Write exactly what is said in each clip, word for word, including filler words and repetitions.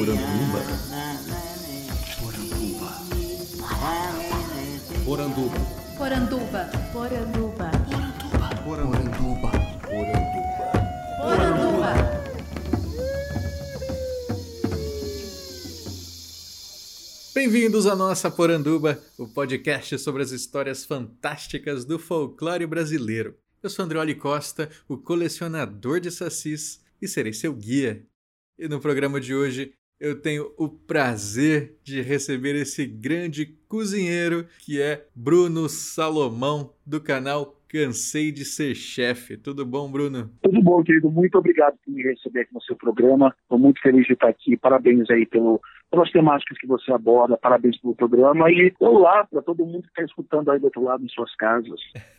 Poranduba. Poranduba. Poranduba. Poranduba. Poranduba. Poranduba. Poranduba. Bem-vindos à nossa Poranduba, o podcast sobre as histórias fantásticas do folclore brasileiro. Eu sou Andreoli Costa, o colecionador de sacis, e serei seu guia. E no programa de hoje eu tenho o prazer de receber esse grande cozinheiro que é Bruno Salomão, do canal Cansei de Ser Chefe. Tudo bom, Bruno? Tudo bom, querido. Muito obrigado por me receber aqui no seu programa. Estou muito feliz de estar aqui. Parabéns aí pelo, pelas temáticas que você aborda. Parabéns pelo programa. E olá para todo mundo que está escutando aí do outro lado em suas casas.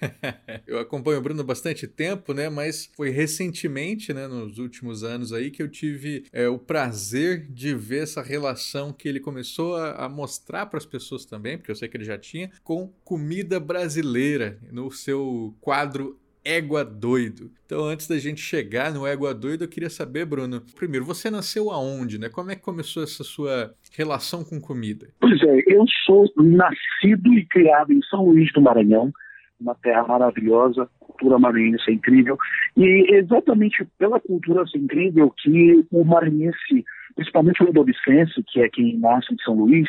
Eu acompanho o Bruno há bastante tempo, né? Mas foi recentemente, né, nos últimos anos aí, que eu tive é, o prazer de ver essa relação que ele começou a, a mostrar para as pessoas também, porque eu sei que ele já tinha, com comida brasileira no seu quadro Égua Doido. Então, antes da gente chegar no Égua Doido, eu queria saber, Bruno, primeiro, você nasceu aonde, né? Como é que começou essa sua relação com comida? Pois é, eu sou nascido e criado em São Luís do Maranhão, uma terra maravilhosa, cultura maranhense é incrível, e exatamente pela cultura ser incrível que o maranhense, principalmente o ludovicense, que é quem nasce em São Luís,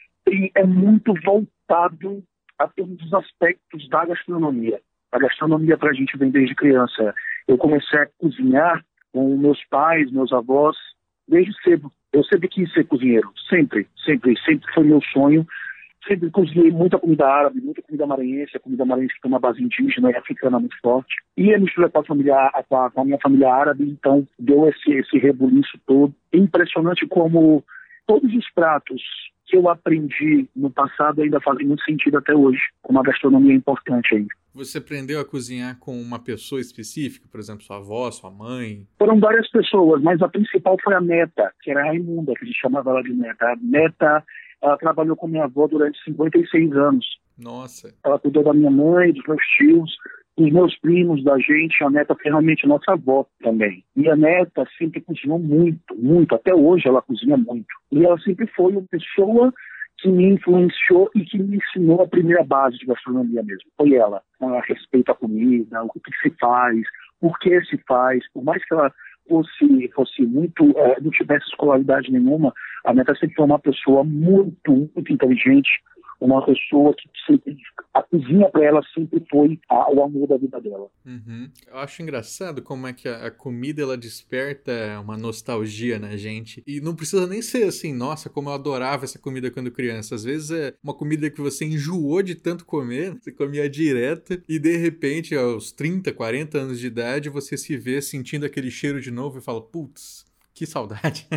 é muito voltado a todos os aspectos da gastronomia. A gastronomia para a gente vem desde criança. Eu comecei a cozinhar com meus pais, meus avós, desde cedo. Eu sempre quis ser cozinheiro, sempre, sempre, sempre foi meu sonho. Sempre cozinhei muita comida árabe, muita comida maranhense, a comida maranhense que tem uma base indígena e africana muito forte. E a mistura com a, família, com a, com a minha família árabe, então deu esse, esse rebuliço todo. Impressionante como todos os pratos que eu aprendi no passado ainda fazem muito sentido até hoje, como a gastronomia é importante ainda. Você aprendeu a cozinhar com uma pessoa específica, por exemplo, sua avó, sua mãe? Foram várias pessoas, mas a principal foi a Neta, que era a Raimunda, que a gente chamava ela de Neta. A Neta, ela trabalhou com minha avó durante cinquenta e seis anos. Nossa! Ela cuidou da minha mãe, dos meus tios, dos meus primos, da gente. A Neta foi realmente nossa avó também. E a Neta sempre cozinhou muito, muito. Até hoje ela cozinha muito. E ela sempre foi uma pessoa que me influenciou e que me ensinou a primeira base de gastronomia mesmo. Foi ela. A respeito à comida, o que se faz, por que se faz. Por mais que ela fosse, fosse muito, é, não tivesse escolaridade nenhuma, a Neta sempre foi uma pessoa muito, muito inteligente, uma pessoa que sempre, a cozinha para ela sempre foi a, o amor da vida dela. Uhum. Eu acho engraçado como é que a, a comida ela desperta uma nostalgia na gente. E não precisa nem ser assim, nossa, como eu adorava essa comida quando criança. Às vezes é uma comida que você enjoou de tanto comer, você comia direto e de repente aos trinta, quarenta anos de idade você se vê sentindo aquele cheiro de novo e fala, putz, que saudade.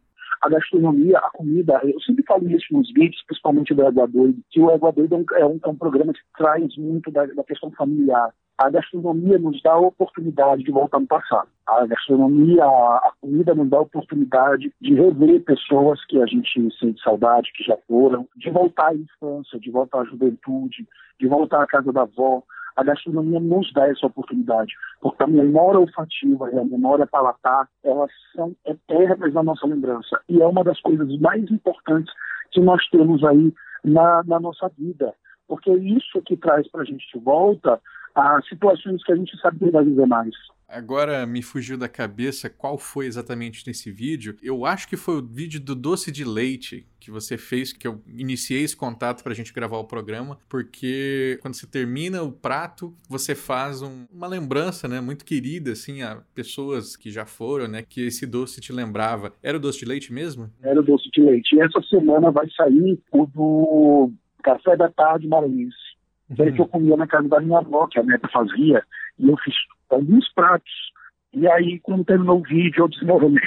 A gastronomia, a comida, eu sempre falo isso nos vídeos, principalmente do Égua Doido, que o Égua Doido é um, é um programa que traz muito da, da questão familiar. A gastronomia nos dá a oportunidade de voltar no passado. A gastronomia, a, a comida nos dá a oportunidade de rever pessoas que a gente sente saudade, que já foram, de voltar à infância, de voltar à juventude, de voltar à casa da avó. A gastronomia nos dá essa oportunidade, porque a memória olfativa e a memória palatar, elas são eternas na nossa lembrança. E é uma das coisas mais importantes que nós temos aí na, na nossa vida. Porque é isso que traz para a gente de volta as situações que a gente sabe que vai viver mais. Agora me fugiu da cabeça qual foi exatamente nesse vídeo. Eu acho que foi o vídeo do doce de leite que você fez, que eu iniciei esse contato pra gente gravar o programa, porque quando você termina o prato, você faz um, uma lembrança, né, muito querida, assim, a pessoas que já foram, né, que esse doce te lembrava. Era o doce de leite mesmo? Era o doce de leite. E essa semana vai sair o do Café da Tarde Maranhense. Uhum. Que eu comia na casa da minha avó, que a Neta fazia, e eu fiz alguns pratos. E aí, quando terminou o vídeo, eu desmoronei.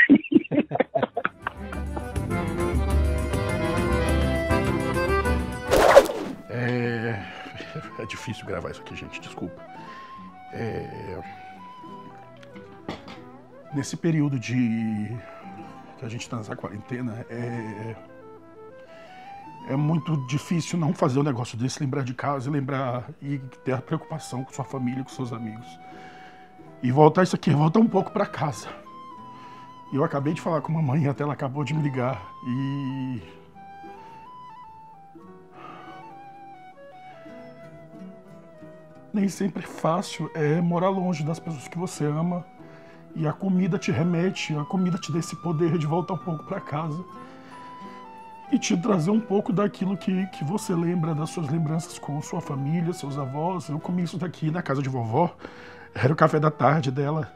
É... é difícil gravar isso aqui, gente, desculpa. É... Nesse período de que a gente está nessa quarentena, é... é muito difícil não fazer um negócio desse, lembrar de casa, lembrar e ter a preocupação com sua família, com seus amigos. E voltar isso aqui, voltar um pouco para casa. E eu acabei de falar com a mamãe, até ela acabou de me ligar. E... nem sempre é fácil é morar longe das pessoas que você ama. E a comida te remete, a comida te dá esse poder de voltar um pouco para casa. E te trazer um pouco daquilo que, que você lembra, das suas lembranças com sua família, seus avós. Eu comi isso daqui na casa de vovó. Era o café da tarde dela.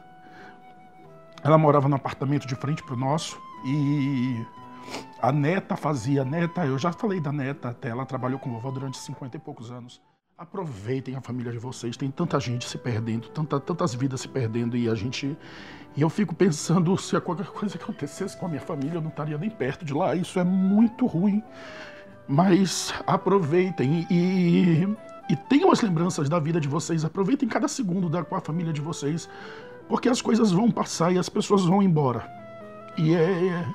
Ela morava num apartamento de frente pro nosso. E a neta fazia, a neta, eu já falei da neta até, ela trabalhou com vovó durante cinquenta e poucos anos. Aproveitem a família de vocês, tem tanta gente se perdendo, tanta, tantas vidas se perdendo e a gente... E eu fico pensando, se qualquer coisa acontecesse com a minha família, eu não estaria nem perto de lá, isso é muito ruim. Mas aproveitem e, e tenham as lembranças da vida de vocês, aproveitem cada segundo da, com a família de vocês, porque as coisas vão passar e as pessoas vão embora. E é... é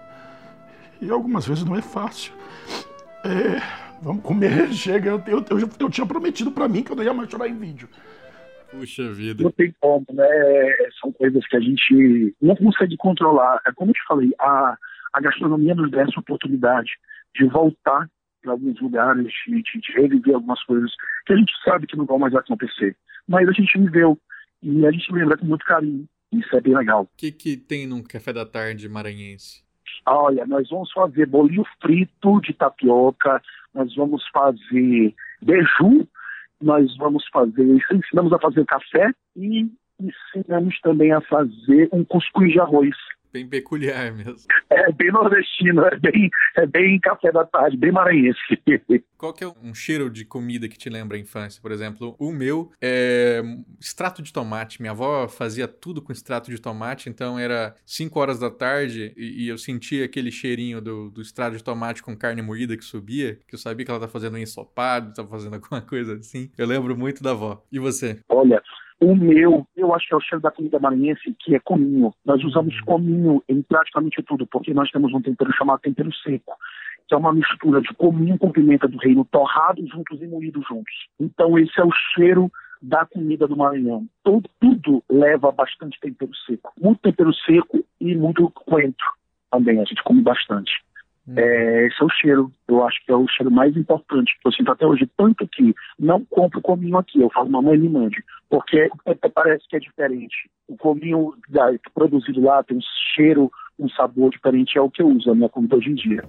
e algumas vezes não é fácil. É... Vamos comer, chega, eu, eu, eu, eu tinha prometido pra mim que eu não ia mais chorar em vídeo. Puxa vida. Não tem como, né? São coisas que a gente não consegue controlar. É como eu te falei, a, a gastronomia nos dá essa oportunidade de voltar para alguns lugares, de, de reviver algumas coisas que a gente sabe que não vão mais acontecer. Mas a gente viveu e a gente lembra com muito carinho. Isso é bem legal. O que, que tem num café da tarde maranhense? Olha, nós vamos fazer bolinho frito de tapioca, nós vamos fazer beiju, nós vamos fazer, ensinamos a fazer café e ensinamos também a fazer um cuscuz de arroz. Bem peculiar mesmo. É bem nordestino, é bem, é bem café da tarde, bem maranhense. Qual que é um cheiro de comida que te lembra a infância? Por exemplo, o meu é extrato de tomate. Minha avó fazia tudo com extrato de tomate, então era cinco horas da tarde e, e eu sentia aquele cheirinho do, do extrato de tomate com carne moída que subia, que eu sabia que ela tá fazendo um ensopado, tá fazendo alguma coisa assim. Eu lembro muito da avó. E você? Olha... O meu, eu acho que é o cheiro da comida maranhense, que é cominho. Nós usamos cominho em praticamente tudo, porque nós temos um tempero chamado tempero seco, que é uma mistura de cominho com pimenta do reino torrados juntos e moídos juntos. Então esse é o cheiro da comida do Maranhão. Tudo, tudo leva bastante tempero seco. Muito tempero seco e muito coentro também, a gente come bastante. Hum. É, esse é o cheiro, eu acho que é o cheiro mais importante que eu sinto até hoje, tanto que não compro cominho aqui, eu falo, mamãe me mande, porque é, é, parece que é diferente. O cominho da, produzido lá tem um cheiro, um sabor diferente, é o que eu uso na minha comida hoje em dia.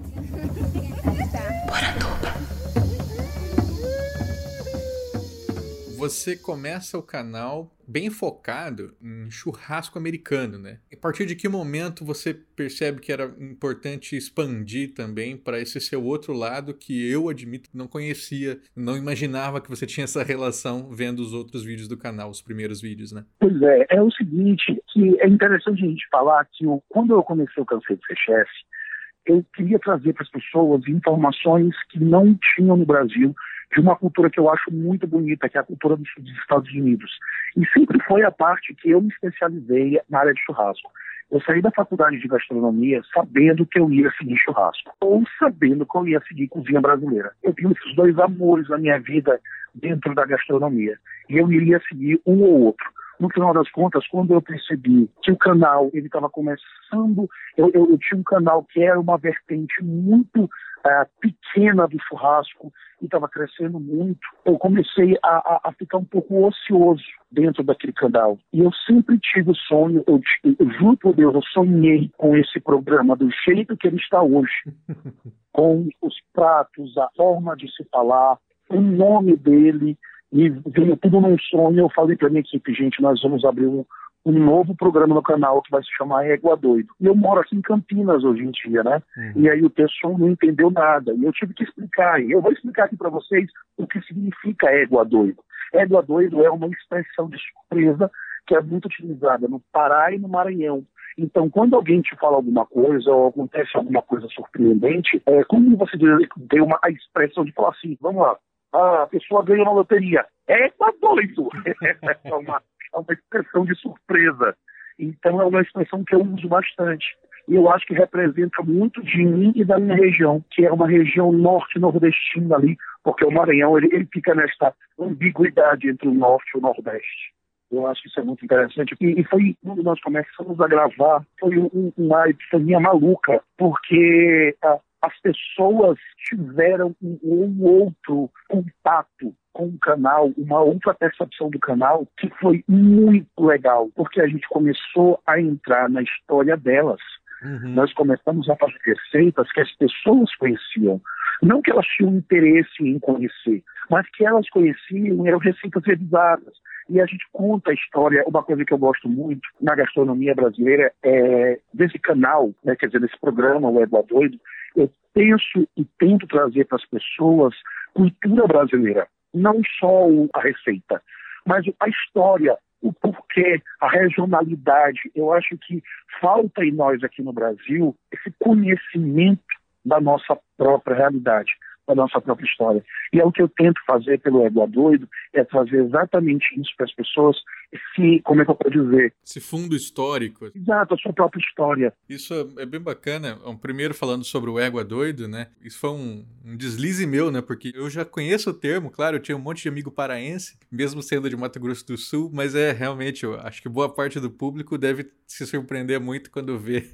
Você começa o canal bem focado em churrasco americano, né? A partir de que momento você percebe que era importante expandir também para esse seu outro lado que eu admito não conhecia, não imaginava que você tinha essa relação vendo os outros vídeos do canal, os primeiros vídeos, né? Pois é, é o seguinte, que é interessante a gente falar que eu, quando eu comecei o Cansei de Ser Chefe, eu queria trazer para as pessoas informações que não tinham no Brasil, de uma cultura que eu acho muito bonita, que é a cultura dos Estados Unidos. E sempre foi a parte que eu me especializei na área de churrasco. Eu saí da faculdade de gastronomia sabendo que eu ia seguir churrasco, ou sabendo que eu ia seguir cozinha brasileira. Eu tinha esses dois amores na minha vida dentro da gastronomia, e eu iria seguir um ou outro. No final das contas, quando eu percebi que o canal ele estava começando, eu, eu, eu tinha um canal que era uma vertente muito uh, pequena do churrasco e estava crescendo muito, eu comecei a, a, a ficar um pouco ocioso dentro daquele canal. E eu sempre tive o sonho, eu, eu juro por Deus, eu sonhei com esse programa do jeito que ele está hoje, com os pratos, a forma de se falar, o nome dele. E veio tudo num sonho, eu falei pra minha equipe, gente, nós vamos abrir um, um novo programa no canal que vai se chamar Égua Doido. E eu moro aqui em Campinas hoje em dia, né? Uhum. E aí o pessoal não entendeu nada. E eu tive que explicar. E eu vou explicar aqui pra vocês o que significa Égua Doido. Égua Doido é uma expressão de surpresa que é muito utilizada no Pará e no Maranhão. Então, quando alguém te fala alguma coisa ou acontece alguma coisa surpreendente, é como você tem uma a expressão de falar assim, vamos lá, a pessoa ganhou na loteria. É doido! É uma, é uma expressão de surpresa. Então é uma expressão que eu uso bastante. E eu acho que representa muito de mim e da minha região, que é uma região norte-nordestina ali, porque o Maranhão ele, ele fica nesta ambiguidade entre o norte e o nordeste. Eu acho que isso é muito interessante. E, e foi quando nós começamos a gravar, foi um, uma epifania maluca, porque a, as pessoas tiveram um, um outro contato com o canal, uma outra percepção do canal que foi muito legal, porque a gente começou a entrar na história delas. Uhum. Nós começamos a fazer receitas que as pessoas conheciam. Não que elas tinham interesse em conhecer, mas que elas conheciam, eram receitas revisadas. E a gente conta a história. Uma coisa que eu gosto muito na gastronomia brasileira é desse canal, né, quer dizer, desse programa, o Égua Doido, eu penso e tento trazer para as pessoas cultura brasileira. Não só a receita, mas a história, o porquê, a regionalidade. Eu acho que falta em nós aqui no Brasil esse conhecimento da nossa própria realidade, da nossa própria história. E é o que eu tento fazer pelo Égua Doido, é trazer exatamente isso para as pessoas, esse, como é que eu posso dizer? Esse fundo histórico. Exato, a sua própria história. Isso é bem bacana. Um, primeiro falando sobre o Égua Doido, né? Isso foi um, um deslize meu, né? Porque eu já conheço o termo, claro, eu tinha um monte de amigo paraense, mesmo sendo de Mato Grosso do Sul, mas é realmente, eu acho que boa parte do público deve se surpreender muito quando vê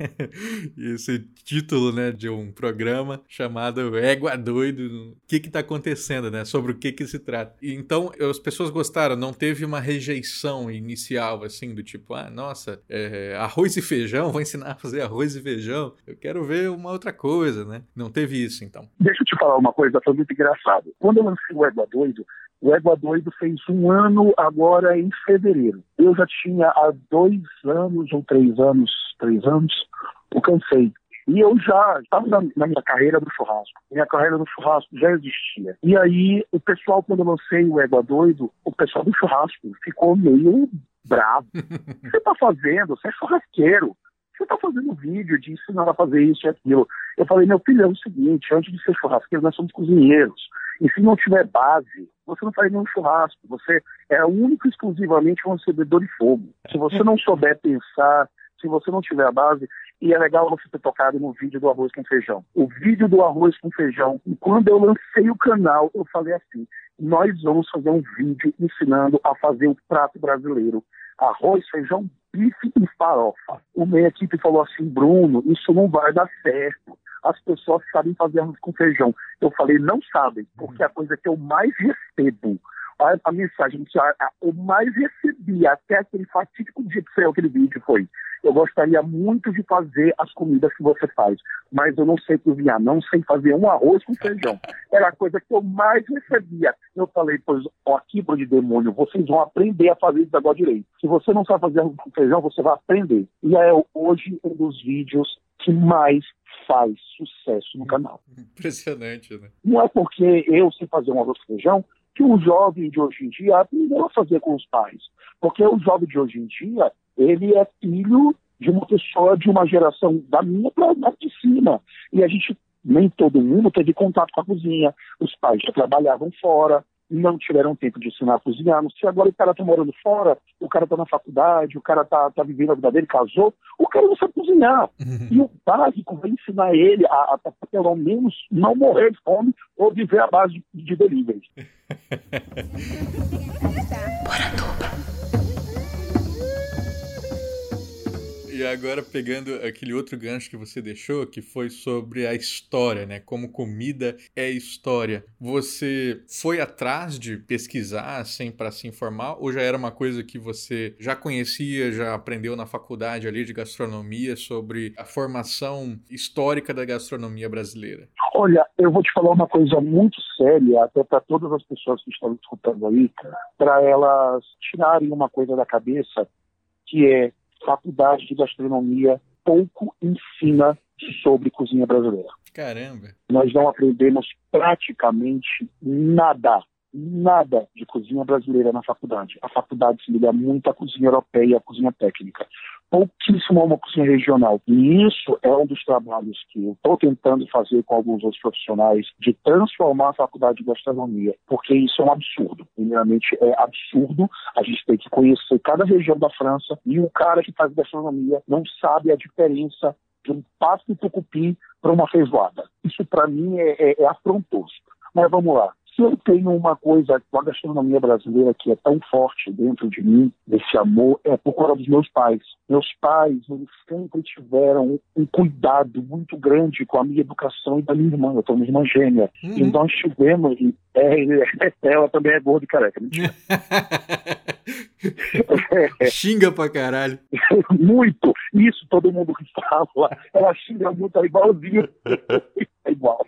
esse título, né, de um programa chamado Égua Doido. O que que tá acontecendo, né? Sobre o que que se trata. E, então, as pessoas gostaram, não teve uma rejeição inicial, assim, do tipo, ah, nossa, é, arroz e feijão, vou ensinar a fazer arroz e feijão, eu quero ver uma outra coisa, né? Não teve isso, então. Deixa eu te falar uma coisa, foi muito engraçado. Quando eu lancei o Égua Doido, o Égua Doido fez um ano agora em fevereiro. Eu já tinha há dois anos ou três anos, três anos, eu cansei. E eu já estava na, na minha carreira do churrasco. Minha carreira no churrasco já existia. E aí, o pessoal, quando eu lancei o Égua Doido, o pessoal do churrasco ficou meio bravo. O que você está fazendo? Você é churrasqueiro. Você está fazendo vídeo de ensinar a fazer isso e aquilo. Eu falei, meu filho, é o seguinte, antes de ser churrasqueiro, nós somos cozinheiros. E se não tiver base, você não faz nenhum churrasco. Você é único e exclusivamente um recebedor de fogo. Se você não souber pensar, se você não tiver a base, e é legal você ter tocado no vídeo do arroz com feijão. O vídeo do arroz com feijão, e quando eu lancei o canal, eu falei assim, nós vamos fazer um vídeo ensinando a fazer o prato brasileiro. Arroz, feijão, bife e farofa. O minha equipe falou assim, Bruno, isso não vai dar certo. As pessoas sabem fazer arroz com feijão. Eu falei, não sabem, porque a coisa que eu mais recebo, a, a mensagem que a, a, eu mais recebi até aquele fatídico dia que saiu aquele vídeo foi, eu gostaria muito de fazer as comidas que você faz, mas eu não sei cozinhar, não sei fazer um arroz com feijão. Era a coisa que eu mais recebia. Eu falei, pois, ó, aqui, pro de demônio, vocês vão aprender a fazer isso agora direito. Se você não sabe fazer arroz com feijão, você vai aprender. E é hoje um dos vídeos que mais faz sucesso no canal. Impressionante, né? Não é porque eu sei fazer um arroz com feijão que o jovem de hoje em dia aprendeu a fazer com os pais. Porque o jovem de hoje em dia, ele é filho de uma pessoa de uma geração da minha para de cima. E a gente, nem todo mundo teve contato com a cozinha. Os pais já trabalhavam fora, não tiveram tempo de ensinar a cozinhar. Se agora o cara está morando fora, o cara está na faculdade, o cara está tá vivendo a vida dele, casou, o cara não sabe cozinhar. Uhum. E o básico vai ensinar ele a, a, a pelo menos não morrer de fome ou viver à base de, de delivery. E agora pegando aquele outro gancho que você deixou, que foi sobre a história, né? Como comida é história. Você foi atrás de pesquisar, assim, para se informar? Ou já era uma coisa que você já conhecia, já aprendeu na faculdade ali de gastronomia sobre a formação histórica da gastronomia brasileira? Olha, eu vou te falar uma coisa muito séria, até para todas as pessoas que estão escutando aí, para elas tirarem uma coisa da cabeça, que é faculdade de gastronomia pouco ensina sobre cozinha brasileira. Caramba! Nós não aprendemos praticamente nada, nada de cozinha brasileira na faculdade. A faculdade se liga muito à cozinha europeia e à cozinha técnica. Pouquíssimo a uma cozinha regional. E isso é um dos trabalhos que eu estou tentando fazer com alguns outros profissionais, de transformar a faculdade de gastronomia, porque isso é um absurdo. Primeiramente, é absurdo a gente ter que conhecer cada região da França e o cara que faz gastronomia não sabe a diferença de um pato de tucupi para uma feijoada. Isso, para mim, é, é, é afrontoso. Mas vamos lá. Se eu tenho uma coisa com a gastronomia brasileira que é tão forte dentro de mim, desse amor, é por causa dos meus pais. Meus pais, eles sempre tiveram um cuidado muito grande com a minha educação e da minha irmã. Eu tenho uma irmã gêmea. Uhum. E nós tivemos... É, ela também é gorda e careca. Xinga pra caralho. Muito. Isso todo mundo que fala. Ela xinga muito, é igualzinho. É igual.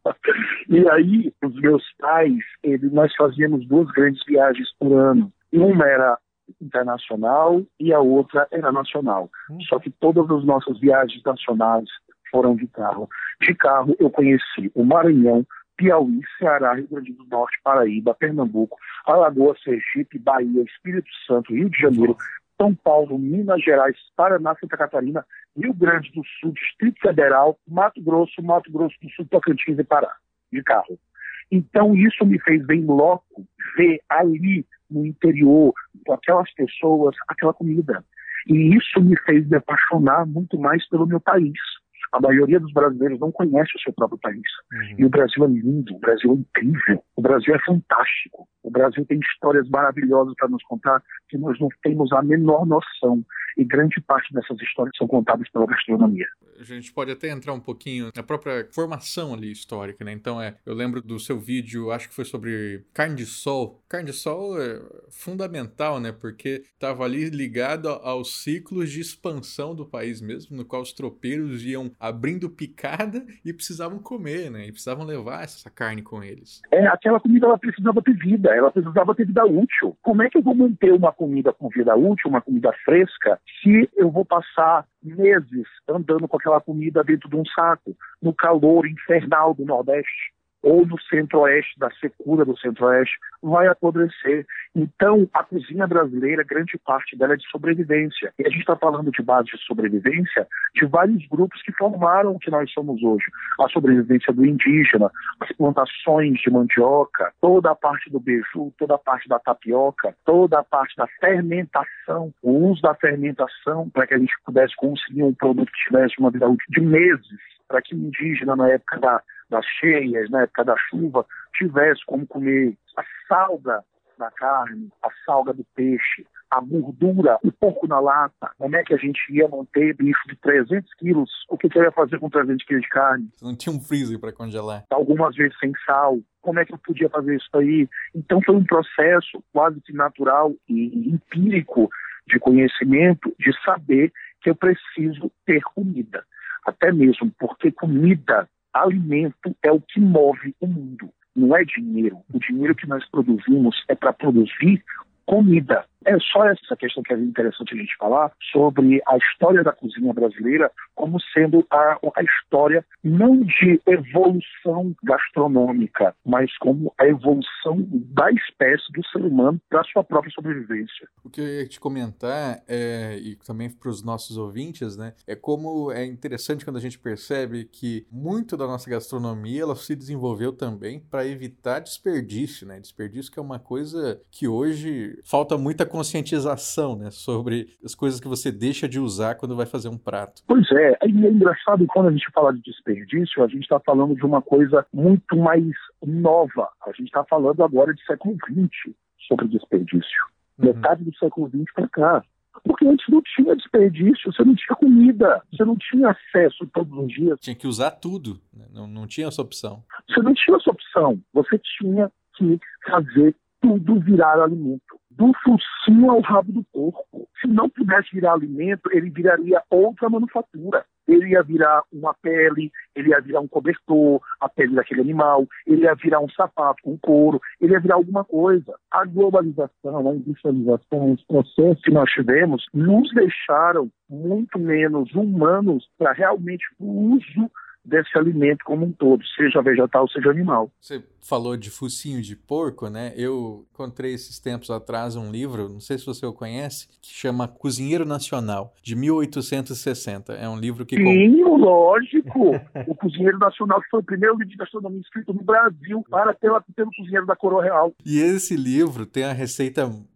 E aí, os meus pais, eles, nós fazíamos duas grandes viagens por ano. Uma era internacional e a outra era nacional. Hum. Só que todas as nossas viagens nacionais foram de carro. De carro eu conheci o Maranhão, Piauí, Ceará, Rio Grande do Norte, Paraíba, Pernambuco, Alagoas, Sergipe, Bahia, Espírito Santo, Rio de Janeiro, São Paulo, Minas Gerais, Paraná, Santa Catarina, Rio Grande do Sul, Distrito Federal, Mato Grosso, Mato Grosso do Sul, Tocantins e Pará, de carro. Então isso me fez bem louco ver ali no interior, com aquelas pessoas, aquela comida. E isso me fez me apaixonar muito mais pelo meu país. A maioria dos brasileiros não conhece o seu próprio país. Uhum. E o Brasil é lindo, o Brasil é incrível, o Brasil é fantástico. O Brasil tem histórias maravilhosas para nos contar que nós não temos a menor noção. E grande parte dessas histórias são contadas pela gastronomia. A gente pode até entrar um pouquinho na própria formação ali histórica, né? Então, é, eu lembro do seu vídeo, acho que foi sobre carne de sol. Carne de sol é fundamental, né? Porque estava ali ligado aos ciclos de expansão do país mesmo, no qual os tropeiros iam abrindo picada e precisavam comer, né? E precisavam levar essa carne com eles. É, aquela comida ela precisava ter vida, ela precisava ter vida útil. Como é que eu vou manter uma comida com vida útil, uma comida fresca, se eu vou passar meses andando com aquela comida dentro de um saco, no calor infernal do Nordeste, ou no Centro-Oeste, da secura do Centro-Oeste, vai apodrecer. Então, a cozinha brasileira, grande parte dela é de sobrevivência. E a gente está falando de base de sobrevivência de vários grupos que formaram o que nós somos hoje. A sobrevivência do indígena, as plantações de mandioca, toda a parte do beiju, toda a parte da tapioca, toda a parte da fermentação, o uso da fermentação para que a gente pudesse conseguir um produto que tivesse uma vida útil de meses, para que o indígena, na época da das cheias, na época da chuva, tivesse como comer a salga da carne, a salga do peixe, a gordura, o porco na lata. Como é que a gente ia manter bicho de trezentos quilos? O que eu ia fazer com trezentos quilos de carne? Não tinha um freezer para congelar. Algumas vezes sem sal. Como é que eu podia fazer isso aí? Então foi um processo quase que natural e empírico de conhecimento, de saber que eu preciso ter comida. Até mesmo porque comida, alimento é o que move o mundo, não é dinheiro. O dinheiro que nós produzimos é para produzir comida. É só essa questão que é interessante a gente falar sobre a história da cozinha brasileira como sendo a, a história não de evolução gastronômica, mas como a evolução da espécie do ser humano para a sua própria sobrevivência. O que eu ia te comentar, é, e também para os nossos ouvintes, né, é como é interessante quando a gente percebe que muito da nossa gastronomia ela se desenvolveu também para evitar desperdício, né? Desperdício que é uma coisa que hoje falta muita conscientização, né, sobre as coisas que você deixa de usar quando vai fazer um prato. Pois é, é engraçado quando a gente fala de desperdício, a gente está falando de uma coisa muito mais nova. A gente está falando agora de século vinte sobre desperdício. Uhum. Metade do século vinte para cá. Porque antes não tinha desperdício, você não tinha comida, você não tinha acesso todos os dias. Tinha que usar tudo, né? não, não tinha essa opção. Você não tinha essa opção, você tinha que fazer tudo virar alimento. Do focinho ao rabo do porco. Se não pudesse virar alimento, ele viraria outra manufatura. Ele ia virar uma pele, ele ia virar um cobertor, a pele daquele animal, ele ia virar um sapato com couro, ele ia virar alguma coisa. A globalização, a industrialização, os processos que nós tivemos, nos deixaram muito menos humanos para realmente o uso desse alimento como um todo, seja vegetal, seja animal. Você falou de focinho de porco, né? Eu encontrei esses tempos atrás um livro, não sei se você o conhece, que chama Cozinheiro Nacional, de mil oitocentos e sessenta. É um livro que... Sim, com... lógico! O Cozinheiro Nacional foi o primeiro livro de gastronomia escrito no Brasil para ter pelo Cozinheiro da Coroa Real. E esse livro tem a receita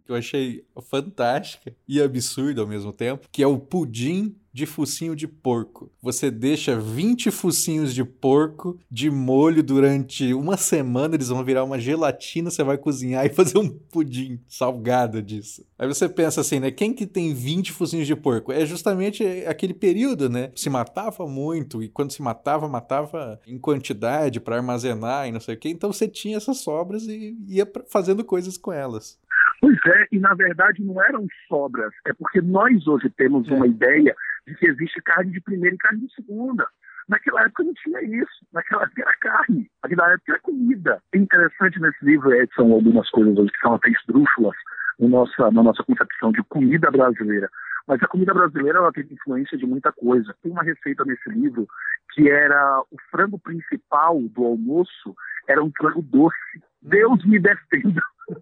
que eu achei fantástica e absurda ao mesmo tempo, que é o pudim de focinho de porco. Você deixa vinte focinhos de porco de molho durante uma semana, eles vão virar uma gelatina, você vai cozinhar e fazer um pudim salgado disso. Aí você pensa assim, né? Quem que tem vinte focinhos de porco? É justamente aquele período, né? Se matava muito e quando se matava, matava em quantidade para armazenar e não sei o quê. Então você tinha essas sobras e ia fazendo coisas com elas. Pois é, e na verdade não eram sobras, é porque nós hoje temos é. uma ideia de que existe carne de primeira e carne de segunda. Naquela época não tinha isso, naquela época era carne, naquela época era comida. É interessante nesse livro, é, são algumas coisas hoje que são até esdrúxulas na nossa, na nossa concepção de comida brasileira. Mas a comida brasileira ela teve influência de muita coisa. Tem uma receita nesse livro que era o frango principal do almoço, era um frango doce. Deus me defenda.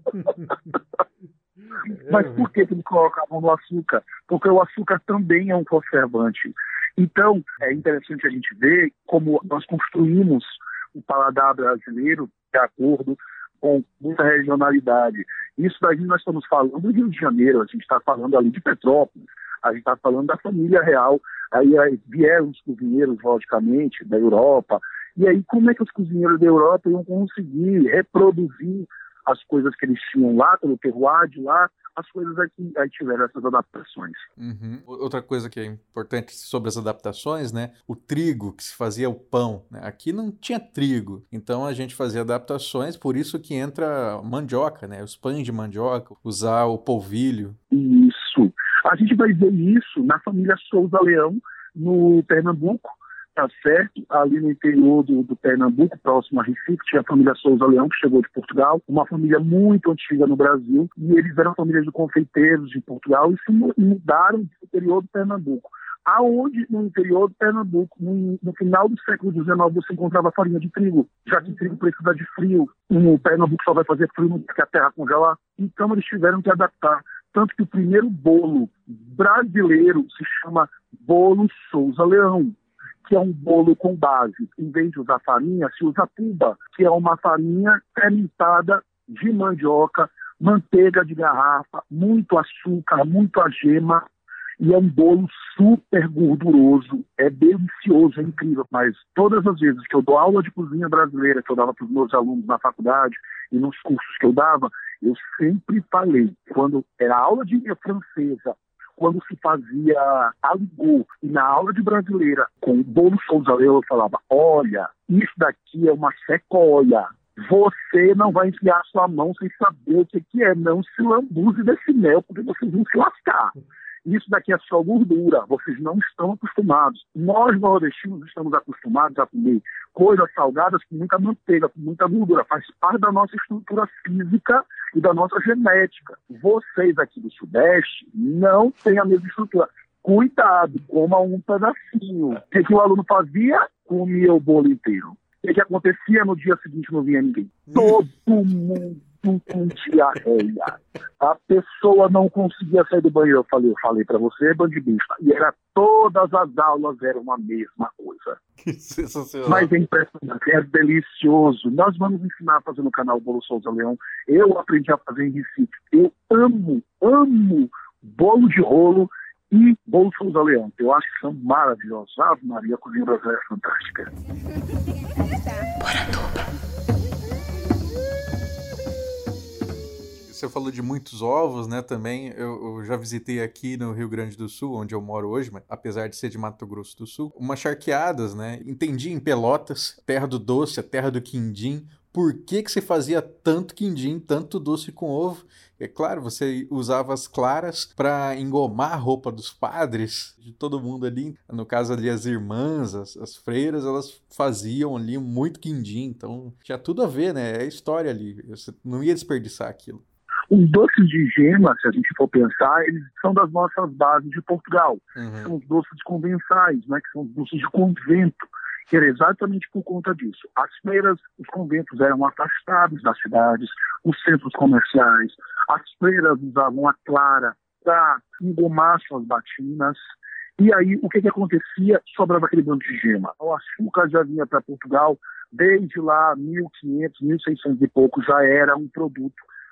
Mas por que eles colocavam no açúcar? Porque o açúcar também é um conservante. Então, é interessante a gente ver como nós construímos o paladar brasileiro de acordo com muita regionalidade. Isso daí nós estamos falando do Rio de Janeiro, a gente está falando ali de Petrópolis, a gente está falando da família real. Aí, aí vieram os cozinheiros, logicamente, da Europa. E aí, como é que os cozinheiros da Europa iam conseguir reproduzir as coisas que eles tinham lá, pelo terroir de lá, as coisas aqui, aí tiveram essas adaptações. Uhum. Outra coisa que é importante sobre as adaptações, né? O trigo, que se fazia o pão, né? Aqui não tinha trigo, então a gente fazia adaptações, por isso que entra mandioca, né? Os pães de mandioca, usar o polvilho. Isso. A gente vai ver isso na família Souza Leão, no Pernambuco, tá certo? Ali no interior do, do Pernambuco, próximo a Recife, tinha a família Souza Leão, que chegou de Portugal, uma família muito antiga no Brasil, e eles eram famílias de confeiteiros de Portugal e se mudaram do interior do Pernambuco. Aonde no interior do Pernambuco, no, no final do século dezenove, você encontrava farinha de trigo, já que trigo precisa de frio. O Pernambuco só vai fazer frio porque a terra congelar. Então eles tiveram que adaptar. Tanto que o primeiro bolo brasileiro se chama Bolo Souza Leão, que é um bolo com base. Em vez de usar farinha, se usa puba, que é uma farinha fermentada de mandioca, manteiga de garrafa, muito açúcar, muito gema, e é um bolo super gorduroso, é delicioso, é incrível. Mas todas as vezes que eu dou aula de cozinha brasileira, que eu dava para os meus alunos na faculdade e nos cursos que eu dava, eu sempre falei, quando era aula de francesa, quando se fazia aligot, e na aula de brasileira, com o Bolo Souza Leão, eu falava, olha, isso daqui é uma sequoia. Você não vai enfiar sua mão sem saber o que, que é. Não se lambuze desse mel, porque vocês vão se lascar. Isso daqui é só gordura, vocês não estão acostumados. Nós, nordestinos, estamos acostumados a comer coisas salgadas com muita manteiga, com muita gordura. Faz parte da nossa estrutura física e da nossa genética. Vocês aqui do Sudeste não têm a mesma estrutura. Cuidado, coma um pedacinho. O que, que o aluno fazia? Comia o bolo inteiro. O que, que acontecia no dia seguinte? Não vinha ninguém. Todo mundo com diarreia. A pessoa não conseguia sair do banheiro. Eu falei, eu falei pra você, bandidista. E era, todas as aulas eram a mesma coisa. Que sensacional. Mas é impressionante, é delicioso. Nós vamos ensinar a fazer no canal Bolo Souza Leão. Eu aprendi a fazer em Recife. Eu amo, amo bolo de rolo e Bolo Souza Leão. Eu acho que são maravilhosos. Ave Maria, a cozinha brasileira é fantástica. Você falou de muitos ovos, né, também. Eu, eu já visitei aqui no Rio Grande do Sul, onde eu moro hoje, mas apesar de ser de Mato Grosso do Sul, umas charqueadas, né? Entendi em Pelotas, terra do doce, a terra do quindim. Por que que se fazia tanto quindim, tanto doce com ovo? É claro, você usava as claras para engomar a roupa dos padres, de todo mundo ali. No caso ali, as irmãs, as, as freiras, elas faziam ali muito quindim. Então, tinha tudo a ver, né? É a história ali. Você não ia desperdiçar aquilo. Os doces de gema, se a gente for pensar, eles são das nossas bases de Portugal. Uhum. São os doces convençais, né, que são os doces de convento, que era exatamente por conta disso. As feiras, os conventos eram afastados das cidades, os centros comerciais. As freiras usavam a clara para engomar suas batinas. E aí, o que, que acontecia? Sobrava aquele bando de gema. O açúcar já vinha para Portugal, desde lá, mil e quinhentos, mil e seiscentos e pouco, já era um produto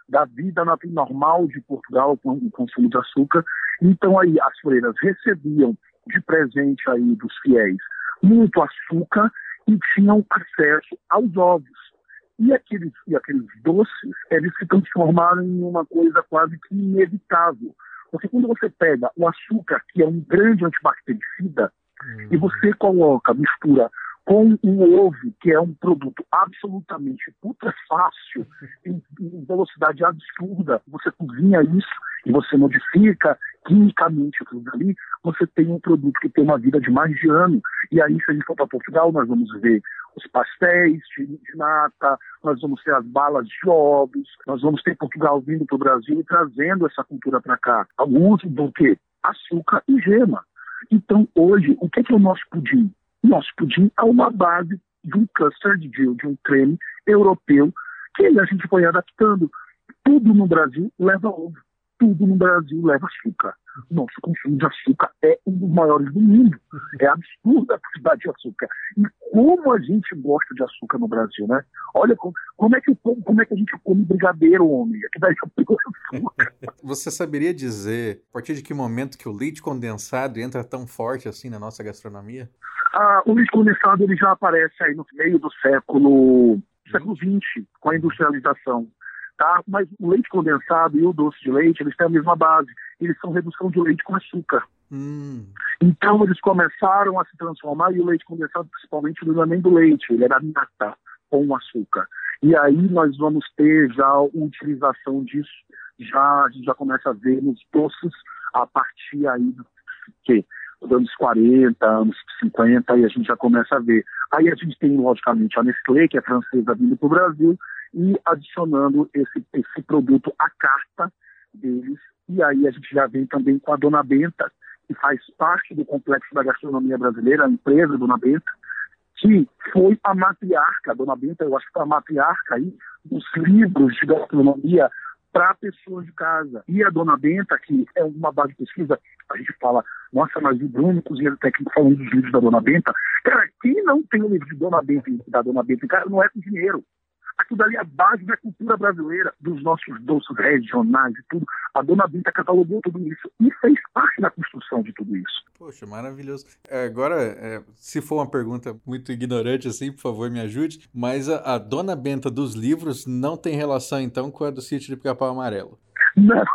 da vida normal de Portugal com o consumo de açúcar. Então aí as freiras recebiam de presente aí dos fiéis muito açúcar e tinham acesso aos ovos. E aqueles, e aqueles doces, eles se transformaram em uma coisa quase que inevitável. Porque quando você pega o açúcar, que é um grande antibactericida, uhum. e você coloca, mistura com um ovo, que é um produto absolutamente ultra fácil, em, em velocidade absurda, você cozinha isso e você modifica quimicamente aquilo ali, você tem um produto que tem uma vida de mais de ano. E aí, se a gente for para Portugal, nós vamos ver os pastéis de, de nata, nós vamos ter as balas de ovos, nós vamos ter Portugal vindo para o Brasil e trazendo essa cultura para cá. O uso do quê? Açúcar e gema. Então, hoje, o que é, que é o nosso pudim? O nosso pudim é uma base de um custard, de, de um creme europeu, que a gente foi adaptando. Tudo no Brasil leva ovo. Tudo no Brasil leva açúcar. Nosso consumo de açúcar é um dos maiores do mundo. É absurda a quantidade de açúcar. E como a gente gosta de açúcar no Brasil, né? Olha como, como, é, que, como é que a gente come brigadeiro, homem. Aqui daí eu pego açúcar. Você saberia dizer, a partir de que momento que o leite condensado entra tão forte assim na nossa gastronomia? Ah, o leite condensado ele já aparece aí no meio do século, século vinte, com a industrialização. Tá? Mas o leite condensado e o doce de leite, eles têm a mesma base. Eles são redução de leite com açúcar. Hum. Então eles começaram a se transformar, e o leite condensado principalmente não é nem do leite, ele era nata com açúcar. E aí nós vamos ter já a utilização disso, já, a gente já começa a ver nos doces a partir aí do que? Dos anos quarenta, anos cinquenta, e a gente já começa a ver. Aí a gente tem, logicamente, a Nestlé, que é francesa, vindo para o Brasil, e adicionando esse, esse produto à carta deles. E aí a gente já vem também com a Dona Benta, que faz parte do complexo da gastronomia brasileira, a empresa Dona Benta, que foi a matriarca, a Dona Benta, eu acho que foi a matriarca aí, dos livros de gastronomia para pessoas de casa. E a Dona Benta, que é uma base de pesquisa, a gente fala, nossa, mas o Bruno, cozinheiro técnico, falando dos livros da Dona Benta. Cara, quem não tem o livro de Dona Benta, da Dona Benta, cara, não é cozinheiro. Aquilo dali é a base da cultura brasileira, dos nossos doces regionais e tudo. A Dona Benta catalogou tudo isso e fez parte da construção de tudo isso. Poxa, maravilhoso. Agora, é, se for uma pergunta muito ignorante assim, por favor, me ajude, mas a, a Dona Benta dos livros não tem relação, então, com a do Sítio de Pica-Pau Amarelo? Não,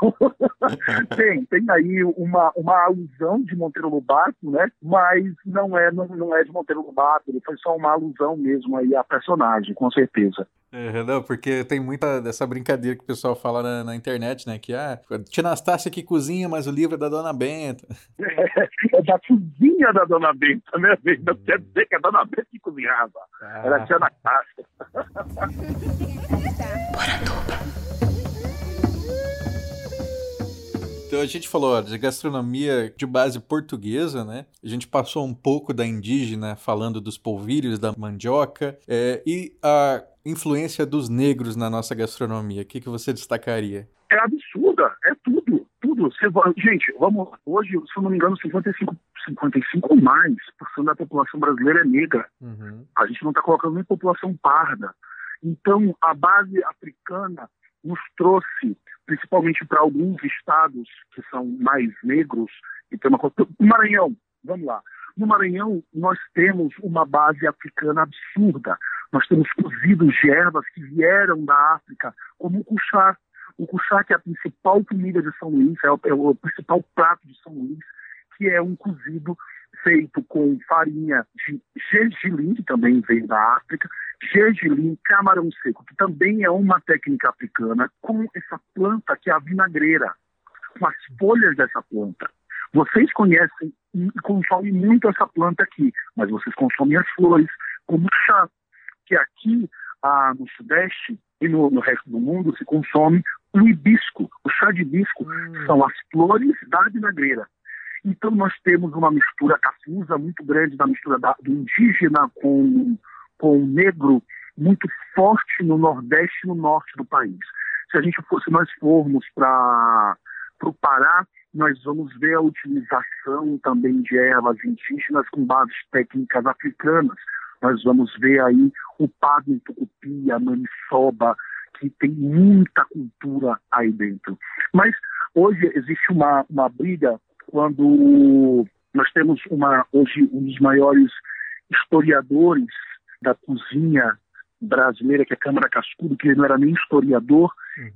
tem, tem aí uma, uma alusão de Monteiro Lobato, né? Mas não é, não, não é de Monteiro Lobato, ele foi só uma alusão mesmo aí à personagem, com certeza. É, não, porque tem muita dessa brincadeira que o pessoal fala na, na internet, né? Que, ah, Tia Anastácia que cozinha, mas o livro é da Dona Benta. É, é da cozinha da Dona Benta, né? Não quer dizer que é a Dona Benta que cozinhava. Ah. Era a Tia Anastácia. Então a gente falou ó, de gastronomia de base portuguesa, né? A gente passou um pouco da indígena, falando dos polvilhos, da mandioca, é, e a influência dos negros na nossa gastronomia. O que, que você destacaria? É absurda, é tudo, tudo. Você vai... Gente, vamos hoje, se eu não me engano, cinquenta e cinco, cinquenta e cinco ou mais por cento da população brasileira é negra. Uhum. A gente não está colocando nem população parda. Então, a base africana nos trouxe, principalmente para alguns estados que são mais negros, e tem uma coisa... O Maranhão, vamos lá. No Maranhão, nós temos uma base africana absurda. Nós temos cozidos de ervas que vieram da África, como o cuchá. O cuchá, que é a principal comida de São Luís, é o, é o principal prato de São Luís, que é um cozido feito com farinha de gergelim, que também veio da África, gergelim, camarão seco, que também é uma técnica africana, com essa planta que é a vinagreira, com as folhas dessa planta. Vocês conhecem e consomem muito essa planta aqui, mas vocês consomem as flores, como chá, que aqui ah, no Sudeste e no, no resto do mundo se consome o hibisco. O chá de hibisco hum. são as flores da vinagreira. Então nós temos uma mistura cafusa muito grande da mistura da, do indígena com, com o negro muito forte no Nordeste e no Norte do país. Se a gente for, se nós formos para o Pará, nós vamos ver a utilização também de ervas indígenas com bases técnicas africanas. Nós vamos ver aí o pago em tucupi, a maniçoba, que tem muita cultura aí dentro. Mas hoje existe uma, uma briga quando nós temos uma, hoje um dos maiores historiadores da cozinha brasileira, que é a Câmara Cascudo, que ele não era nem historiador,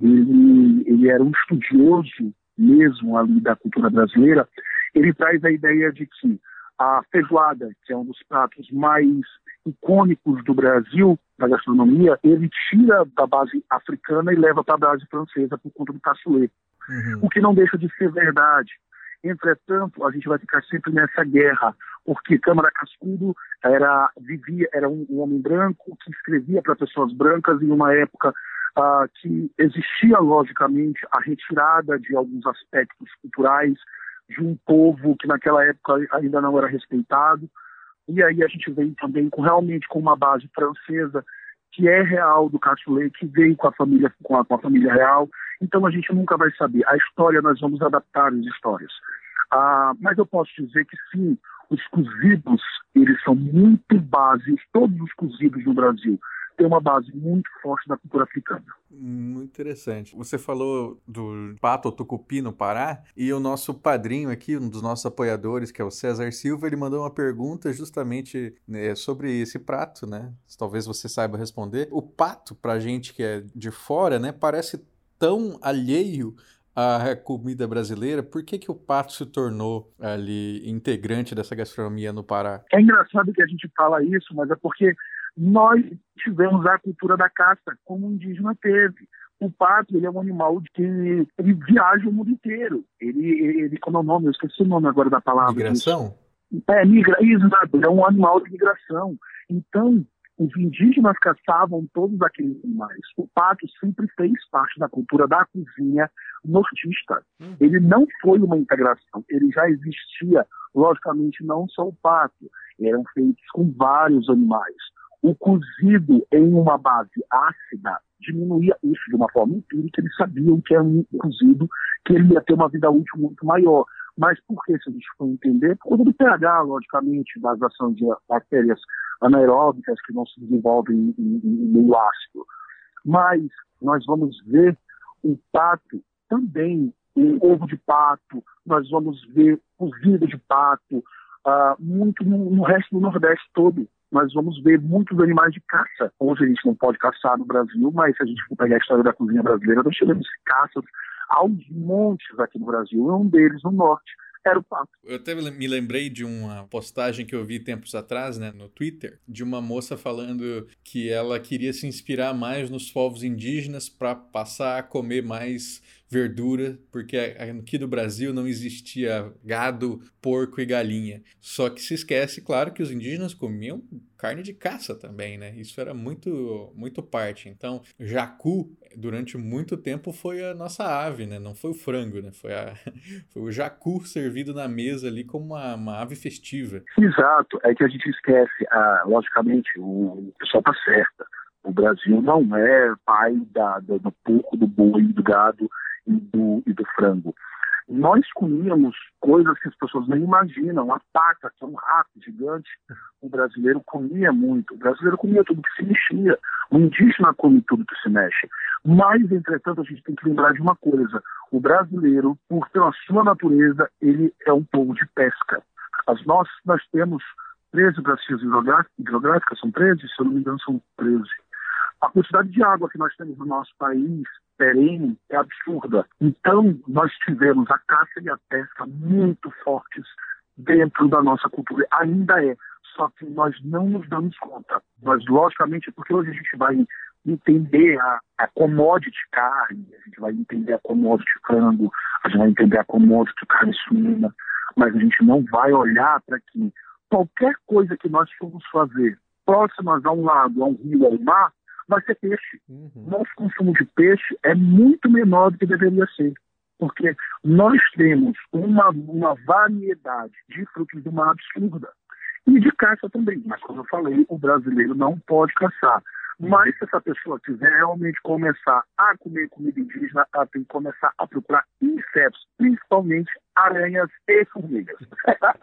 ele, ele era um estudioso mesmo ali da cultura brasileira. Ele traz a ideia de que a feijoada, que é um dos pratos mais icônicos do Brasil, da gastronomia, ele tira da base africana e leva para a base francesa por conta do cassoulet. Uhum. O que não deixa de ser verdade. Entretanto, a gente vai ficar sempre nessa guerra, porque Câmara Cascudo era, vivia, era um, um homem branco que escrevia para pessoas brancas em uma época uh, que existia, logicamente, a retirada de alguns aspectos culturais de um povo que naquela época ainda não era respeitado. E aí a gente vem também com, realmente com uma base francesa que é real do cassoulet, que veio com a família, com a, com a família real. Então a gente nunca vai saber. A história, nós vamos adaptar as histórias. Ah, mas eu posso dizer que sim, os cozidos, eles são muito bases, todos os cozidos no Brasil têm uma base muito forte da cultura africana. Muito interessante. Você falou do pato ou tucupi no Pará, e o nosso padrinho aqui, um dos nossos apoiadores, que é o César Silva, ele mandou uma pergunta justamente, né, sobre esse prato, né? Talvez você saiba responder. O pato, pra gente que é de fora, né, parece tão alheio à comida brasileira. Por que que o pato se tornou ali integrante dessa gastronomia no Pará? É engraçado que a gente fala isso, mas é porque nós tivemos a cultura da caça, como o indígena teve. O pato, ele é um animal que ele viaja o mundo inteiro. Ele, ele como é o nome? Eu esqueci o nome agora da palavra. Migração? Disso. É, migra, exato, ele é um animal de migração. Então, os indígenas caçavam todos aqueles animais. O pato sempre fez parte da cultura da cozinha nortista. Uhum. Ele não foi uma integração, ele já existia, logicamente, não só o pato. Eram feitos com vários animais. O cozido em uma base ácida diminuía isso de uma forma empírica. Eles sabiam que era um cozido, que ele ia ter uma vida útil muito maior. Mas por que, se a gente for entender? Por conta do pH, logicamente, das ações de bactérias anaeróbicas que não se desenvolvem em, em meio ácido. Mas nós vamos ver o pato também, o ovo de pato, nós vamos ver cozido de pato, uh, muito no, no resto do Nordeste todo. Nós vamos ver muitos animais de caça. Hoje a gente não pode caçar no Brasil, mas se a gente for pegar a história da cozinha brasileira, nós tivemos caças aos montes aqui no Brasil. Um deles, no norte, era o pato. Eu até me lembrei de uma postagem que eu vi tempos atrás, né, no Twitter, de uma moça falando que ela queria se inspirar mais nos povos indígenas para passar a comer mais verdura, porque aqui no Brasil não existia gado, porco e galinha. Só que se esquece, claro, que os indígenas comiam carne de caça também, né? Isso era muito, muito parte. Então, jacu, durante muito tempo, foi a nossa ave, né? Não foi o frango, né? Foi, a, foi o jacu servido na mesa ali como uma, uma ave festiva. Exato. É que a gente esquece, ah, logicamente, o pessoal tá certo. O Brasil não é pai da, do, do porco, do boi, do gado e do, e do frango. Nós comíamos coisas que as pessoas nem imaginam. A paca, que é um rato gigante, o brasileiro comia muito. O brasileiro comia tudo que se mexia. O indígena come tudo que se mexe. Mas, entretanto, a gente tem que lembrar de uma coisa. O brasileiro, por pela sua natureza, ele é um povo de pesca. As nós, nós temos treze bacias hidrográficas, são treze? Se eu não me engano, são treze. A quantidade de água que nós temos no nosso país, perene, é absurda. Então, nós tivemos a caça e a pesca muito fortes dentro da nossa cultura. Ainda é, só que nós não nos damos conta. Nós, logicamente, porque hoje a gente vai entender a, a commodity carne, a gente vai entender a commodity frango, a gente vai entender a commodity carne suína, mas a gente não vai olhar para que qualquer coisa que nós formos fazer próximas a um lago, a um rio, a um mar, vai ser peixe. Uhum. Nosso consumo de peixe é muito menor do que deveria ser, porque nós temos uma, uma variedade de frutos do mar absurda. E de caça também, mas como eu falei, o brasileiro não pode caçar. Mas se essa pessoa quiser realmente começar a comer comida indígena, ela tem que começar a procurar insetos, principalmente aranhas e formigas.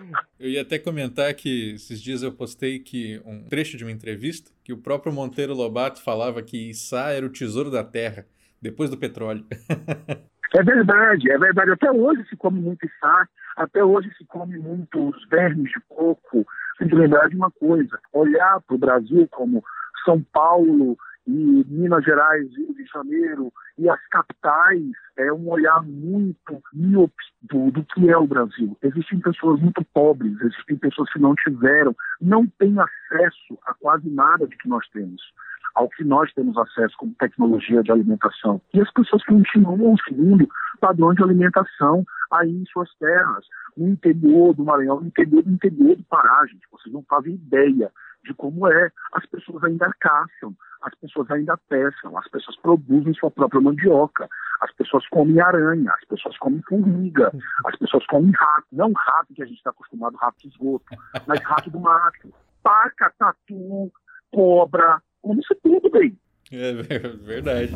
Eu ia até comentar que esses dias eu postei que um trecho de uma entrevista que o próprio Monteiro Lobato falava que içá era o tesouro da terra, depois do petróleo. É verdade, é verdade. Até hoje se come muito içá, até hoje se come muitos vermes de coco. Tem que lembrar de uma coisa, olhar para o Brasil como São Paulo e Minas Gerais, Rio de Janeiro e as capitais é um olhar muito míope do, do que é o Brasil. Existem pessoas muito pobres, existem pessoas que não tiveram, não têm acesso a quase nada de que nós temos, ao que nós temos acesso como tecnologia de alimentação. E as pessoas continuam seguindo padrões de alimentação aí em suas terras, no interior do Maranhão, no interior do interior do Pará, gente. Vocês não fazem ideia de como é. As pessoas ainda caçam, as pessoas ainda pescam, as pessoas produzem sua própria mandioca, as pessoas comem aranha, as pessoas comem formiga, as pessoas comem rato, não rato que a gente está acostumado, rato de esgoto, mas rato do mato, paca, tatu, cobra, como isso tudo, bem. É verdade.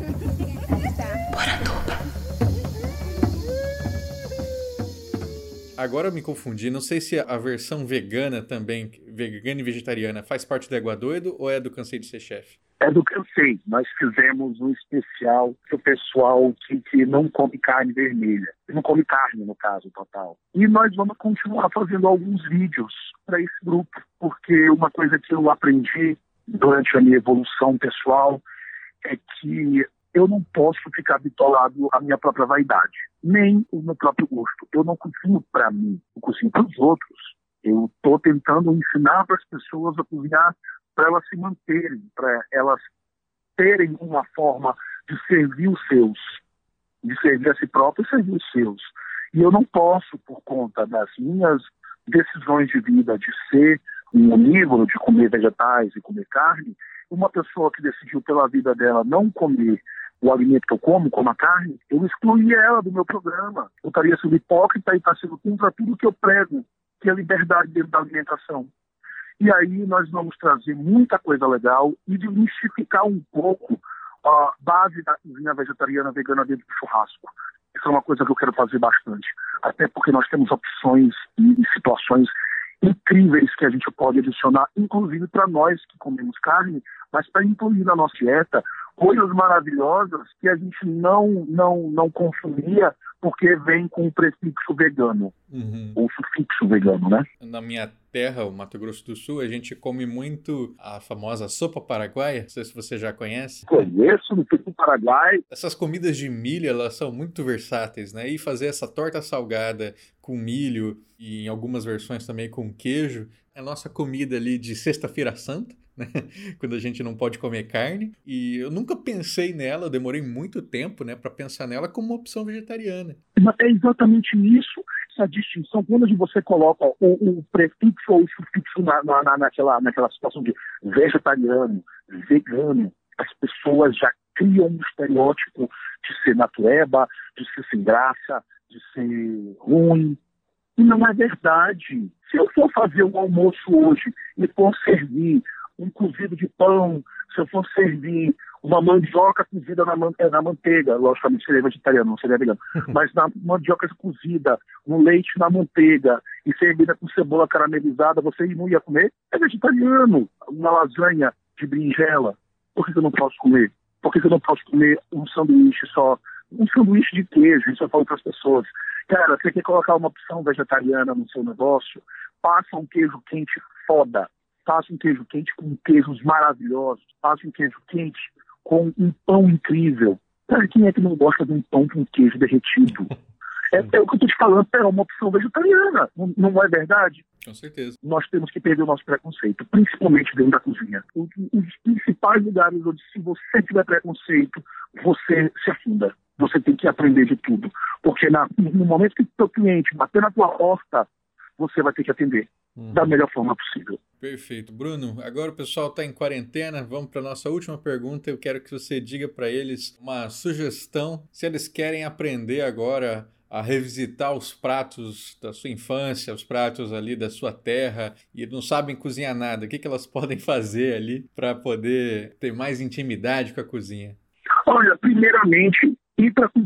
Agora eu me confundi, não sei se a versão vegana também, vegana e vegetariana, faz parte do Égua Doido ou é do Cansei de Ser Chefe? É do Cansei. Nós fizemos um especial para o pessoal que, que não come carne vermelha. Não come carne, no caso, total. E nós vamos continuar fazendo alguns vídeos para esse grupo, porque uma coisa que eu aprendi durante a minha evolução pessoal é que eu não posso ficar bitolado à minha própria vaidade, nem o meu próprio gosto. Eu não cozinho para mim, eu cozinho para os outros. Eu estou tentando ensinar para as pessoas a cozinhar para elas se manterem, para elas terem uma forma de servir os seus, de servir a si próprio e servir os seus. E eu não posso, por conta das minhas decisões de vida, de ser um onívoro, de comer vegetais e comer carne, uma pessoa que decidiu pela vida dela não comer o alimento que eu como, como a carne, eu excluí ela do meu programa. Eu estaria sendo hipócrita e estar sendo contra tudo que eu prego, que é a liberdade dentro da alimentação. E aí nós vamos trazer muita coisa legal e desmistificar um pouco a base da cozinha vegetariana vegana dentro do churrasco. Isso é uma coisa que eu quero fazer bastante. Até porque nós temos opções e situações incríveis que a gente pode adicionar, inclusive para nós que comemos carne, mas para incluir na nossa dieta coisas maravilhosas que a gente não, não, não consumia porque vem com o prefixo vegano, uhum. ou sufixo vegano, né? Na minha terra, o Mato Grosso do Sul, a gente come muito a famosa sopa paraguaia, não sei se você já conhece. Conheço, no Paraguai. Essas comidas de milho, elas são muito versáteis, né? E fazer essa torta salgada com milho e em algumas versões também com queijo, é a nossa comida ali de sexta-feira santa, né? Quando a gente não pode comer carne, e eu nunca pensei nela, eu demorei muito tempo, né, para pensar nela como uma opção vegetariana. É exatamente isso, essa distinção, quando você coloca o, o prefixo ou o sufixo na, na, naquela, naquela situação de vegetariano, vegano, as pessoas já criam um estereótipo de ser natureba, de ser sem graça, de ser ruim, e não é verdade. Se eu for fazer um almoço hoje e for servir um cozido de pão, se eu for servir uma mandioca cozida na, man na manteiga, logicamente seria vegetariano, não seria vegano, mas na mandioca cozida, um leite na manteiga e servida com cebola caramelizada, você não ia comer? É vegetariano. Uma lasanha de berinjela, por que eu não posso comer? Por que eu não posso comer um sanduíche só? Um sanduíche de queijo, isso eu falo para as pessoas. Cara, você quer colocar uma opção vegetariana no seu negócio? Faça um queijo quente foda. Faça um queijo quente com queijos maravilhosos. Faça um queijo quente com um pão incrível. Cara, quem é que não gosta de um pão com queijo derretido? É, é o que eu estou te falando, é uma opção vegetariana. Não, não é verdade? Com certeza. Nós temos que perder o nosso preconceito, principalmente dentro da cozinha. Os, os principais lugares onde, se você tiver preconceito, você se afunda. Você tem que aprender de tudo. Porque na, no momento que o seu cliente bater na tua porta, você vai ter que atender uhum. da melhor forma possível. Perfeito. Bruno, agora o pessoal está em quarentena, vamos para a nossa última pergunta. Eu quero que você diga para eles uma sugestão, se eles querem aprender agora a revisitar os pratos da sua infância, os pratos ali da sua terra e não sabem cozinhar nada, o que, que elas podem fazer ali para poder ter mais intimidade com a cozinha? Olha, primeiramente, ir para a cozinha.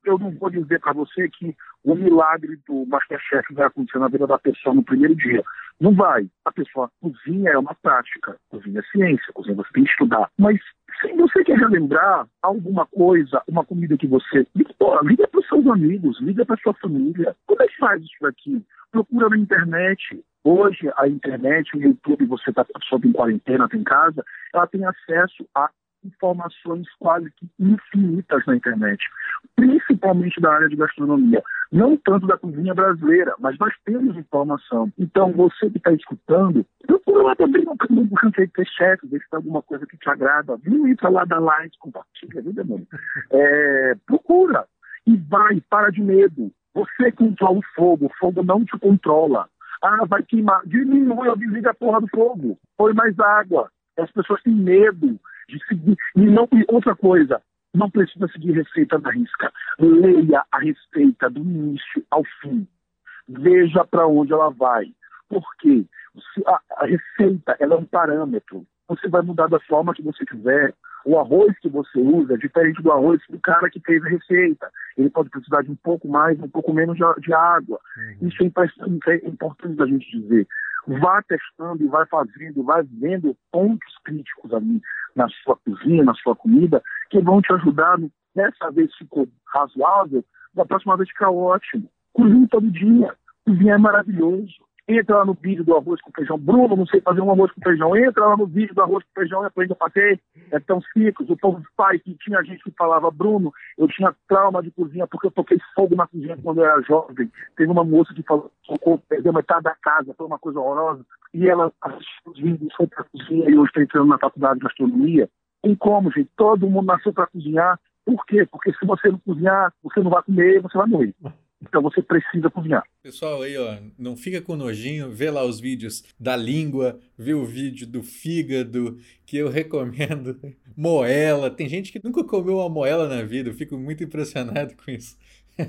eu não vou dizer para você que o milagre do MasterChef vai acontecer na vida da pessoa no primeiro dia. Não vai. A pessoa cozinha é uma prática. Cozinha é ciência. Cozinha você tem que estudar. Mas se você quer relembrar alguma coisa, uma comida que você... Pô, liga para os seus amigos, liga para sua família. Como é que faz isso aqui? Procura na internet. Hoje, a internet, o YouTube, você está sob em quarentena, está em casa, ela tem acesso a informações quase que infinitas na internet, principalmente da área de gastronomia. Não tanto da cozinha brasileira, mas nós temos informação. Então, você que está escutando, procura lá também no canal do Cansei de Ser Chefe, ver se tem alguma coisa que te agrada. Viu? Entra lá, dá like, compartilha, viu, demônio? É, procura e vai, para de medo. Você controla o fogo, o fogo não te controla. Ah, vai queimar. Diminui ou desliga a porra do fogo. Põe mais água. As pessoas têm medo de seguir. E, não, e outra coisa, não precisa seguir receita na risca. Leia a receita do início ao fim. Veja para onde ela vai. Por quê? A, a receita ela é um parâmetro. Você vai mudar da forma que você quiser. O arroz que você usa é diferente do arroz do cara que fez a receita. Ele pode precisar de um pouco mais, um pouco menos de, de água. Uhum. Isso é importante, é importante da gente dizer. Vá testando e vai fazendo, vai vendo pontos críticos ali na sua cozinha, na sua comida, que vão te ajudar. Dessa vez ficou razoável, da próxima vez fica ótimo. Cozinha todo dia. Cozinha é maravilhoso. Entra lá no vídeo do arroz com feijão. Bruno, não sei fazer um arroz com feijão. Entra lá no vídeo do arroz com feijão e aprende a fazer. É tão simples. O povo pai que tinha gente que falava, Bruno, eu tinha trauma de cozinha porque eu toquei fogo na cozinha quando eu era jovem. Teve uma moça que falou, socorro, perdeu metade da casa, foi uma coisa horrorosa. E ela assistiu os vídeos, foi pra cozinha e hoje está entrando na faculdade de gastronomia. Tem como, gente? Todo mundo nasceu para cozinhar. Por quê? Porque se você não cozinhar, você não vai comer, você vai morrer. Então você precisa cozinhar. Pessoal aí, ó, não fica com nojinho, vê lá os vídeos da língua, vê o vídeo do fígado, que eu recomendo. Moela, tem gente que nunca comeu uma moela na vida, eu fico muito impressionado com isso.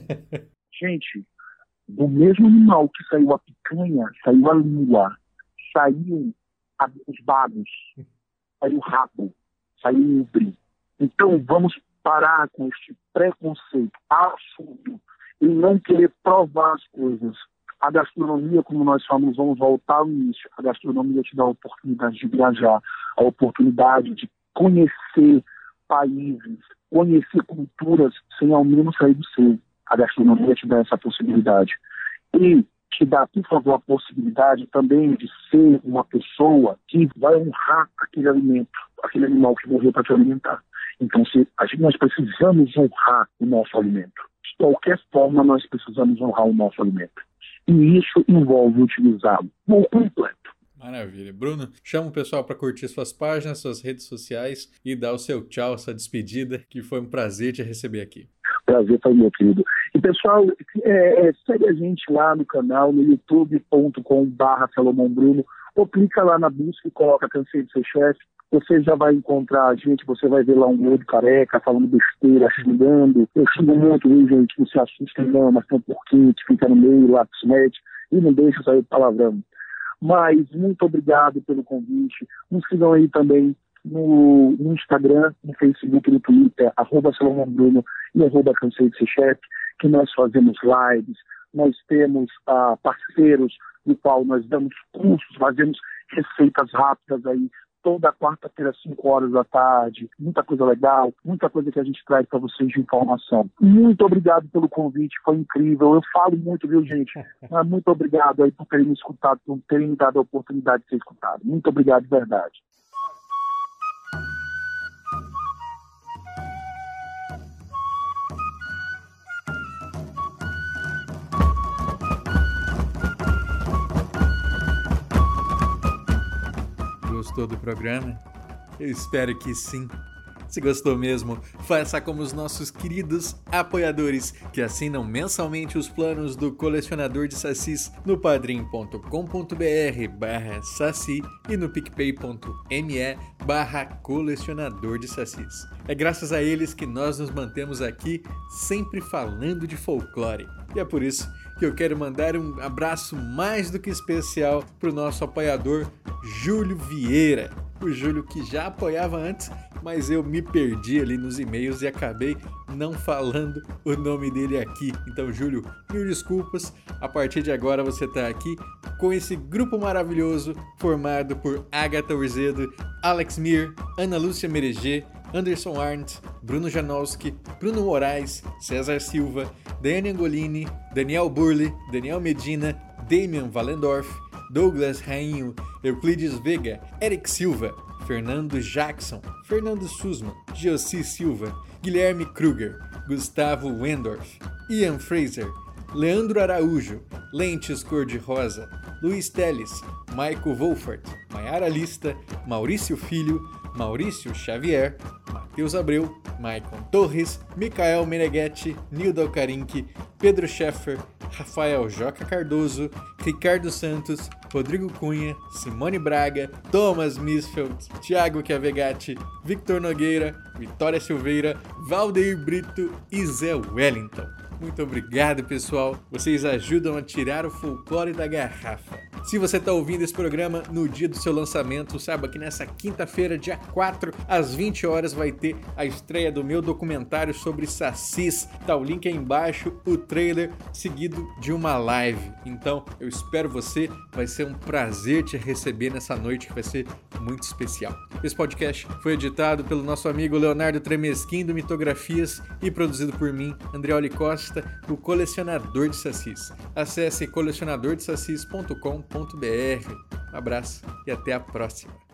Gente, do mesmo animal que saiu a picanha, saiu a língua, saiu a, os bagos, saiu o rabo, saiu o ubre. Então vamos parar com este preconceito absurdo e não querer provar as coisas. A gastronomia, como nós falamos, vamos voltar ao início. A gastronomia te dá a oportunidade de viajar, a oportunidade de conhecer países, conhecer culturas sem ao menos sair do seu. A gastronomia te dá essa possibilidade. E te dá, por favor, a possibilidade também de ser uma pessoa que vai honrar aquele alimento, aquele animal que morreu para te alimentar. Então, se, a gente, nós precisamos honrar o nosso alimento. De qualquer forma, nós precisamos honrar o nosso alimento. E isso envolve utilizá-lo por completo. Maravilha. Bruno, chama o pessoal para curtir suas páginas, suas redes sociais e dar o seu tchau, sua despedida, que foi um prazer te receber aqui. Prazer foi meu, querido. E, pessoal, é, é, segue a gente lá no canal, no youtube ponto com barra Salomão Bruno, ou clica lá na busca e coloca Cansei de Ser Chefe. Você já vai encontrar a gente, você vai ver lá um gordo careca falando besteira, xingando. Eu xingo muito, viu, gente? Não se assustem não, mas tem um porquinho que fica no meio lá, que se mete, e não deixa sair palavrão. Mas muito obrigado pelo convite. Nos sigam aí também no, no Instagram, no Facebook, no Twitter, arroba Salomão Bruno e arroba Cansei de Ser Chefe, que nós fazemos lives, nós temos ah, parceiros no qual nós damos cursos, fazemos receitas rápidas aí, toda quarta-feira, às cinco horas da tarde. Muita coisa legal, muita coisa que a gente traz para vocês de informação. Muito obrigado pelo convite, foi incrível. Eu falo muito, viu, gente? Mas muito obrigado aí por terem me escutado, por terem me dado a oportunidade de ser escutado. Muito obrigado, de verdade. Gostou do programa? Eu espero que sim. Se gostou mesmo, faça como os nossos queridos apoiadores, que assinam mensalmente os planos do Colecionador de Sacis no padrim ponto com ponto br barra saci e no picpay ponto me barra colecionador de sacis. É graças a eles que nós nos mantemos aqui sempre falando de folclore. E é por isso que eu quero mandar um abraço mais do que especial para o nosso apoiador Júlio Vieira. o Júlio que já apoiava antes, mas eu me perdi ali nos e-mails e acabei não falando o nome dele aqui. Então, Júlio, mil desculpas. A partir de agora você está aqui com esse grupo maravilhoso formado por Agatha Urzedo, Alex Mir, Ana Lúcia Mereger, Anderson Arndt, Bruno Janowski, Bruno Moraes, César Silva, Daiane Angolini, Daniel Burle, Daniel Medina, Damian Valendorf, Douglas Rainho, Euclides Vega, Eric Silva, Fernando Jackson, Fernando Sussman, Josi Silva, Guilherme Kruger, Gustavo Wendorf, Ian Fraser, Leandro Araújo, Lentes Cor-de-Rosa, Luiz Teles, Maico Wolfert, Maiara Lista, Maurício Filho, Maurício Xavier, Matheus Abreu, Maicon Torres, Micael Meneghetti, Nilda Alcarinque, Pedro Scheffer, Rafael Joca Cardoso, Ricardo Santos, Rodrigo Cunha, Simone Braga, Thomas Misfeld, Thiago Chiavegatti, Victor Nogueira, Vitória Silveira, Valdeir Brito e Zé Wellington. Muito obrigado, pessoal. Vocês ajudam a tirar o folclore da garrafa. Se você está ouvindo esse programa no dia do seu lançamento, saiba que nessa quinta-feira, dia quatro, às vinte horas, vai ter a estreia do meu documentário sobre sacis. Tá o link aí embaixo, o trailer, seguido de uma live. Então, eu espero você. Vai ser um prazer te receber nessa noite que vai ser muito especial. Esse podcast foi editado pelo nosso amigo Leonardo Tremesquim, do Mitografias, e produzido por mim, Andreoli Costa, o Colecionador de Sacis. Acesse colecionador de sacis ponto com ponto b r. Um abraço e até a próxima.